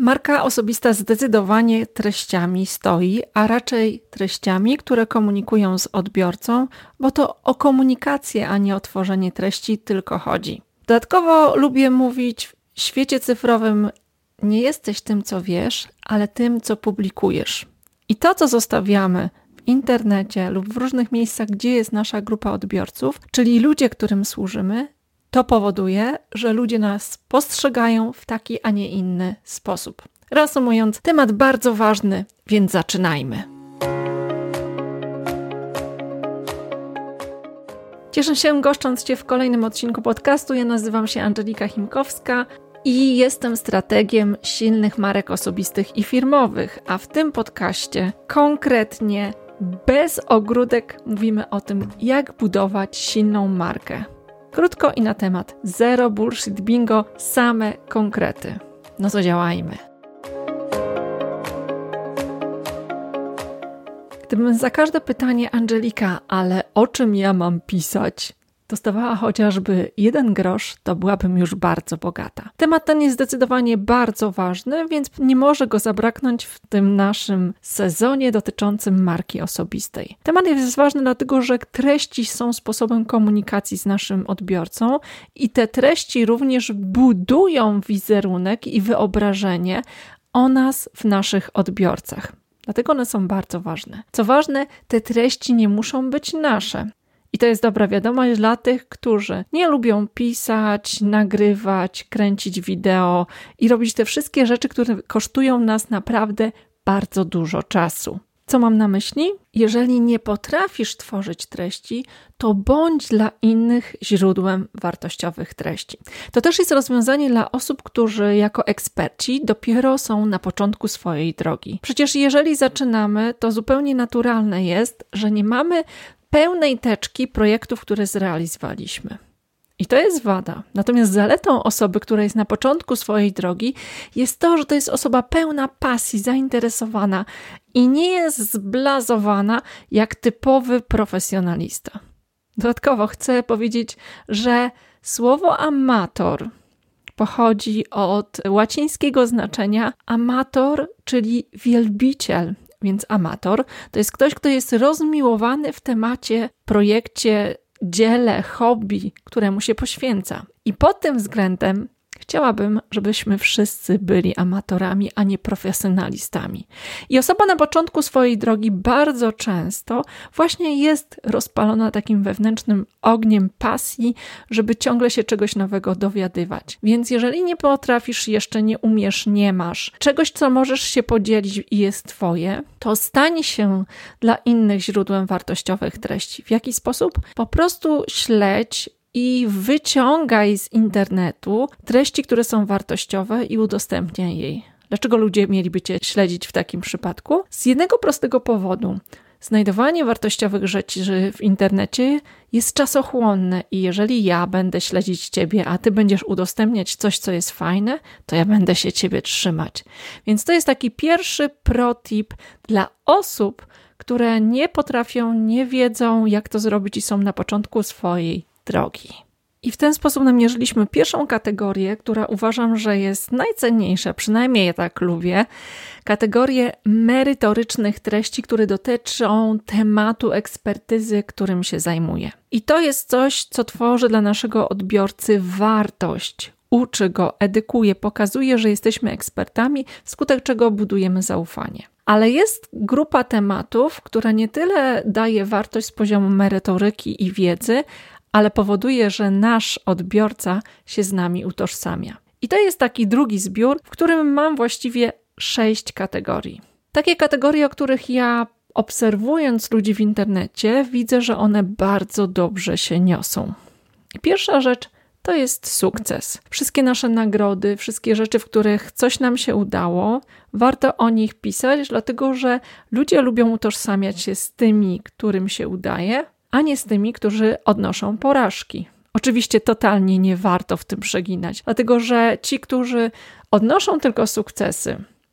Marka osobista zdecydowanie treściami stoi, a raczej treściami, które komunikują z odbiorcą, bo to o komunikację, a nie o tworzenie treści tylko chodzi. Dodatkowo lubię mówić, w świecie cyfrowym nie jesteś tym, co wiesz, ale tym, co publikujesz. I to, co zostawiamy w internecie lub w różnych miejscach, gdzie jest nasza grupa odbiorców, czyli ludzie, którym służymy, to powoduje, że ludzie nas postrzegają w taki, a nie inny sposób. Reasumując, temat bardzo ważny, więc zaczynajmy. Cieszę się, goszcząc Cię w kolejnym odcinku podcastu. Ja nazywam się Angelika Chimkowska i jestem strategiem silnych marek osobistych i firmowych, a w tym podcaście konkretnie, bez ogródek, mówimy o tym, jak budować silną markę. Krótko i na temat. Zero bullshit bingo, same konkrety. No to działajmy. Gdybym za każde pytanie Angelika, ale o czym ja mam pisać, dostawała chociażby 1 grosz, to byłabym już bardzo bogata. Temat ten jest zdecydowanie bardzo ważny, więc nie może go zabraknąć w tym naszym sezonie dotyczącym marki osobistej. Temat jest ważny dlatego, że treści są sposobem komunikacji z naszym odbiorcą i te treści również budują wizerunek i wyobrażenie o nas w naszych odbiorcach. Dlatego one są bardzo ważne. Co ważne, te treści nie muszą być nasze. I to jest dobra wiadomość dla tych, którzy nie lubią pisać, nagrywać, kręcić wideo i robić te wszystkie rzeczy, które kosztują nas naprawdę bardzo dużo czasu. Co mam na myśli? Jeżeli nie potrafisz tworzyć treści, to bądź dla innych źródłem wartościowych treści. To też jest rozwiązanie dla osób, którzy jako eksperci dopiero są na początku swojej drogi. Przecież jeżeli zaczynamy, to zupełnie naturalne jest, że nie mamy pełnej teczki projektów, które zrealizowaliśmy. I to jest wada. Natomiast zaletą osoby, która jest na początku swojej drogi, jest to, że to jest osoba pełna pasji, zainteresowana i nie jest zblazowana jak typowy profesjonalista. Dodatkowo chcę powiedzieć, że słowo amator pochodzi od łacińskiego znaczenia amator, czyli wielbiciel. Więc amator to jest ktoś, kto jest rozmiłowany w temacie, projekcie, dziele, hobby, któremu się poświęca. I pod tym względem chciałabym, żebyśmy wszyscy byli amatorami, a nie profesjonalistami. I osoba na początku swojej drogi bardzo często właśnie jest rozpalona takim wewnętrznym ogniem pasji, żeby ciągle się czegoś nowego dowiadywać. Więc jeżeli nie potrafisz, jeszcze nie umiesz, nie masz czegoś, co możesz się podzielić i jest twoje, to stań się dla innych źródłem wartościowych treści. W jaki sposób? Po prostu śledź i wyciągaj z internetu treści, które są wartościowe i udostępniaj jej. Dlaczego ludzie mieliby Cię śledzić w takim przypadku? Z jednego prostego powodu. Znajdowanie wartościowych rzeczy w internecie jest czasochłonne i jeżeli ja będę śledzić Ciebie, a Ty będziesz udostępniać coś, co jest fajne, to ja będę się Ciebie trzymać. Więc to jest taki pierwszy pro-tip dla osób, które nie potrafią, nie wiedzą, jak to zrobić i są na początku swojej drogi. I w ten sposób namierzyliśmy pierwszą kategorię, która uważam, że jest najcenniejsza, przynajmniej ja tak lubię, kategorię merytorycznych treści, które dotyczą tematu ekspertyzy, którym się zajmuję. I to jest coś, co tworzy dla naszego odbiorcy wartość, uczy go, edukuje, pokazuje, że jesteśmy ekspertami, wskutek czego budujemy zaufanie. Ale jest grupa tematów, która nie tyle daje wartość z poziomu merytoryki i wiedzy, ale powoduje, że nasz odbiorca się z nami utożsamia. I to jest taki drugi zbiór, w którym mam właściwie 6 kategorii. Takie kategorie, o których ja obserwując ludzi w internecie, widzę, że one bardzo dobrze się niosą. I pierwsza rzecz to jest sukces. Wszystkie nasze nagrody, wszystkie rzeczy, w których coś nam się udało, warto o nich pisać, dlatego że ludzie lubią utożsamiać się z tymi, którym się udaje, a nie z tymi, którzy odnoszą porażki. Oczywiście totalnie nie warto w tym przeginać, dlatego że ci, którzy odnoszą tylko sukcesy,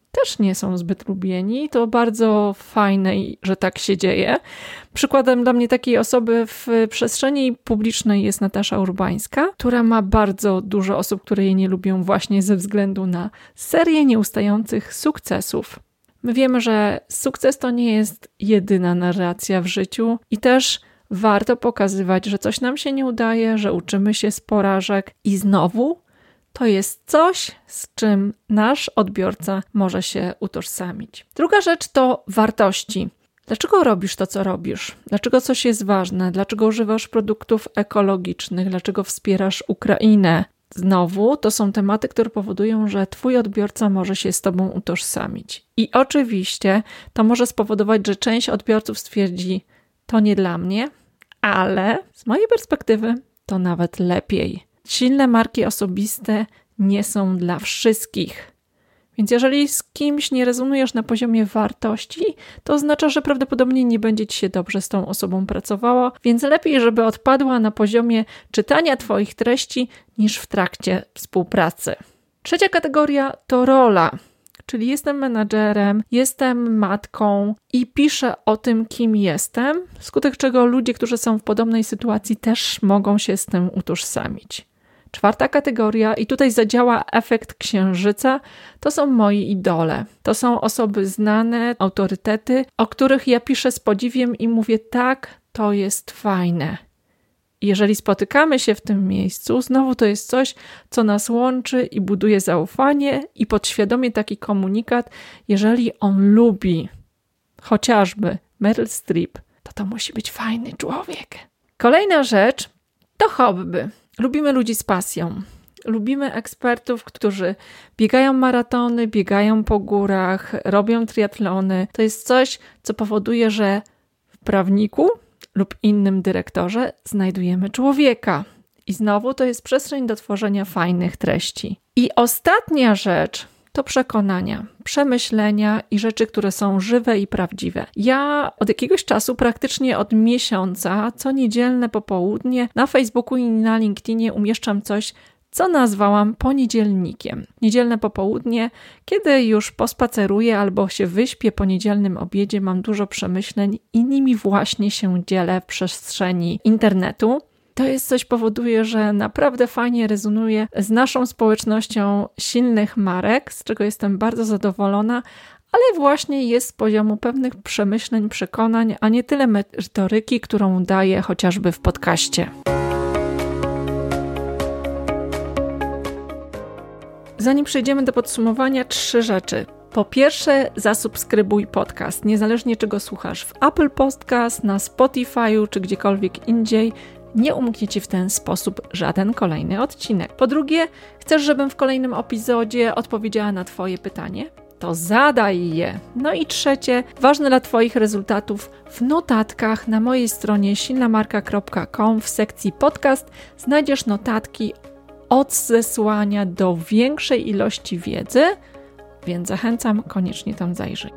też nie są zbyt lubieni. To bardzo fajne, że tak się dzieje. Przykładem dla mnie takiej osoby w przestrzeni publicznej jest Natasza Urbańska, która ma bardzo dużo osób, które jej nie lubią właśnie ze względu na serię nieustających sukcesów. My wiemy, że sukces to nie jest jedyna narracja w życiu i też warto pokazywać, że coś nam się nie udaje, że uczymy się z porażek i znowu to jest coś, z czym nasz odbiorca może się utożsamić. Druga rzecz to wartości. Dlaczego robisz to, co robisz? Dlaczego coś jest ważne? Dlaczego używasz produktów ekologicznych? Dlaczego wspierasz Ukrainę? Znowu, to są tematy, które powodują, że twój odbiorca może się z tobą utożsamić. I oczywiście to może spowodować, że część odbiorców stwierdzi, to nie dla mnie, ale z mojej perspektywy to nawet lepiej. Silne marki osobiste nie są dla wszystkich. Więc jeżeli z kimś nie rezonujesz na poziomie wartości, to oznacza, że prawdopodobnie nie będzie ci się dobrze z tą osobą pracowało, więc lepiej, żeby odpadła na poziomie czytania twoich treści niż w trakcie współpracy. Trzecia kategoria to rola, czyli jestem menadżerem, jestem matką i piszę o tym, kim jestem, wskutek czego ludzie, którzy są w podobnej sytuacji, też mogą się z tym utożsamić. Czwarta kategoria i tutaj zadziała efekt księżyca, to są moi idole. To są osoby znane, autorytety, o których ja piszę z podziwiem i mówię tak, to jest fajne. Jeżeli spotykamy się w tym miejscu, znowu to jest coś, co nas łączy i buduje zaufanie i podświadomie taki komunikat, jeżeli on lubi chociażby Meryl Streep, to musi być fajny człowiek. Kolejna rzecz to hobby. Lubimy ludzi z pasją. Lubimy ekspertów, którzy biegają maratony, biegają po górach, robią triatlony. To jest coś, co powoduje, że w prawniku lub innym dyrektorze znajdujemy człowieka. I znowu to jest przestrzeń do tworzenia fajnych treści. I ostatnia rzecz to przekonania, przemyślenia i rzeczy, które są żywe i prawdziwe. Ja od jakiegoś czasu, praktycznie od miesiąca, co niedzielne popołudnie na Facebooku i na LinkedInie umieszczam coś, co nazwałam poniedzielnikiem. Niedzielne popołudnie, kiedy już pospaceruję albo się wyśpię po niedzielnym obiedzie, mam dużo przemyśleń i nimi właśnie się dzielę w przestrzeni internetu. To jest coś, powoduje, że naprawdę fajnie rezonuje z naszą społecznością silnych marek, z czego jestem bardzo zadowolona, ale właśnie jest z poziomu pewnych przemyśleń, przekonań, a nie tyle merytoryki, którą daję chociażby w podcaście. Zanim przejdziemy do podsumowania, 3 rzeczy. Po pierwsze, zasubskrybuj podcast, niezależnie czego słuchasz w Apple Podcast, na Spotify'u czy gdziekolwiek indziej. Nie umknie ci w ten sposób żaden kolejny odcinek. Po drugie, chcesz, żebym w kolejnym epizodzie odpowiedziała na twoje pytanie? To zadaj je. No i trzecie, ważne dla twoich rezultatów, w notatkach na mojej stronie silnamarka.com w sekcji podcast znajdziesz notatki od zesłania do większej ilości wiedzy, więc zachęcam, koniecznie tam zajrzyj.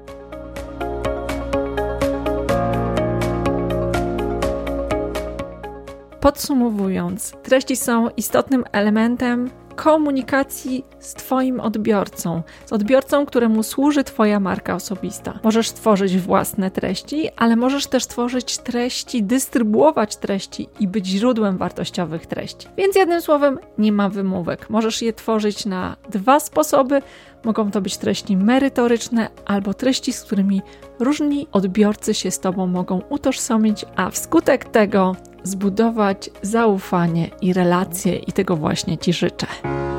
Podsumowując, treści są istotnym elementem komunikacji z twoim odbiorcą, z odbiorcą, któremu służy twoja marka osobista. Możesz tworzyć własne treści, ale możesz też tworzyć treści, dystrybuować treści i być źródłem wartościowych treści. Więc jednym słowem, nie ma wymówek. Możesz je tworzyć na 2 sposoby. Mogą to być treści merytoryczne albo treści, z którymi różni odbiorcy się z tobą mogą utożsamić, a wskutek tego zbudować zaufanie i relacje i tego właśnie ci życzę.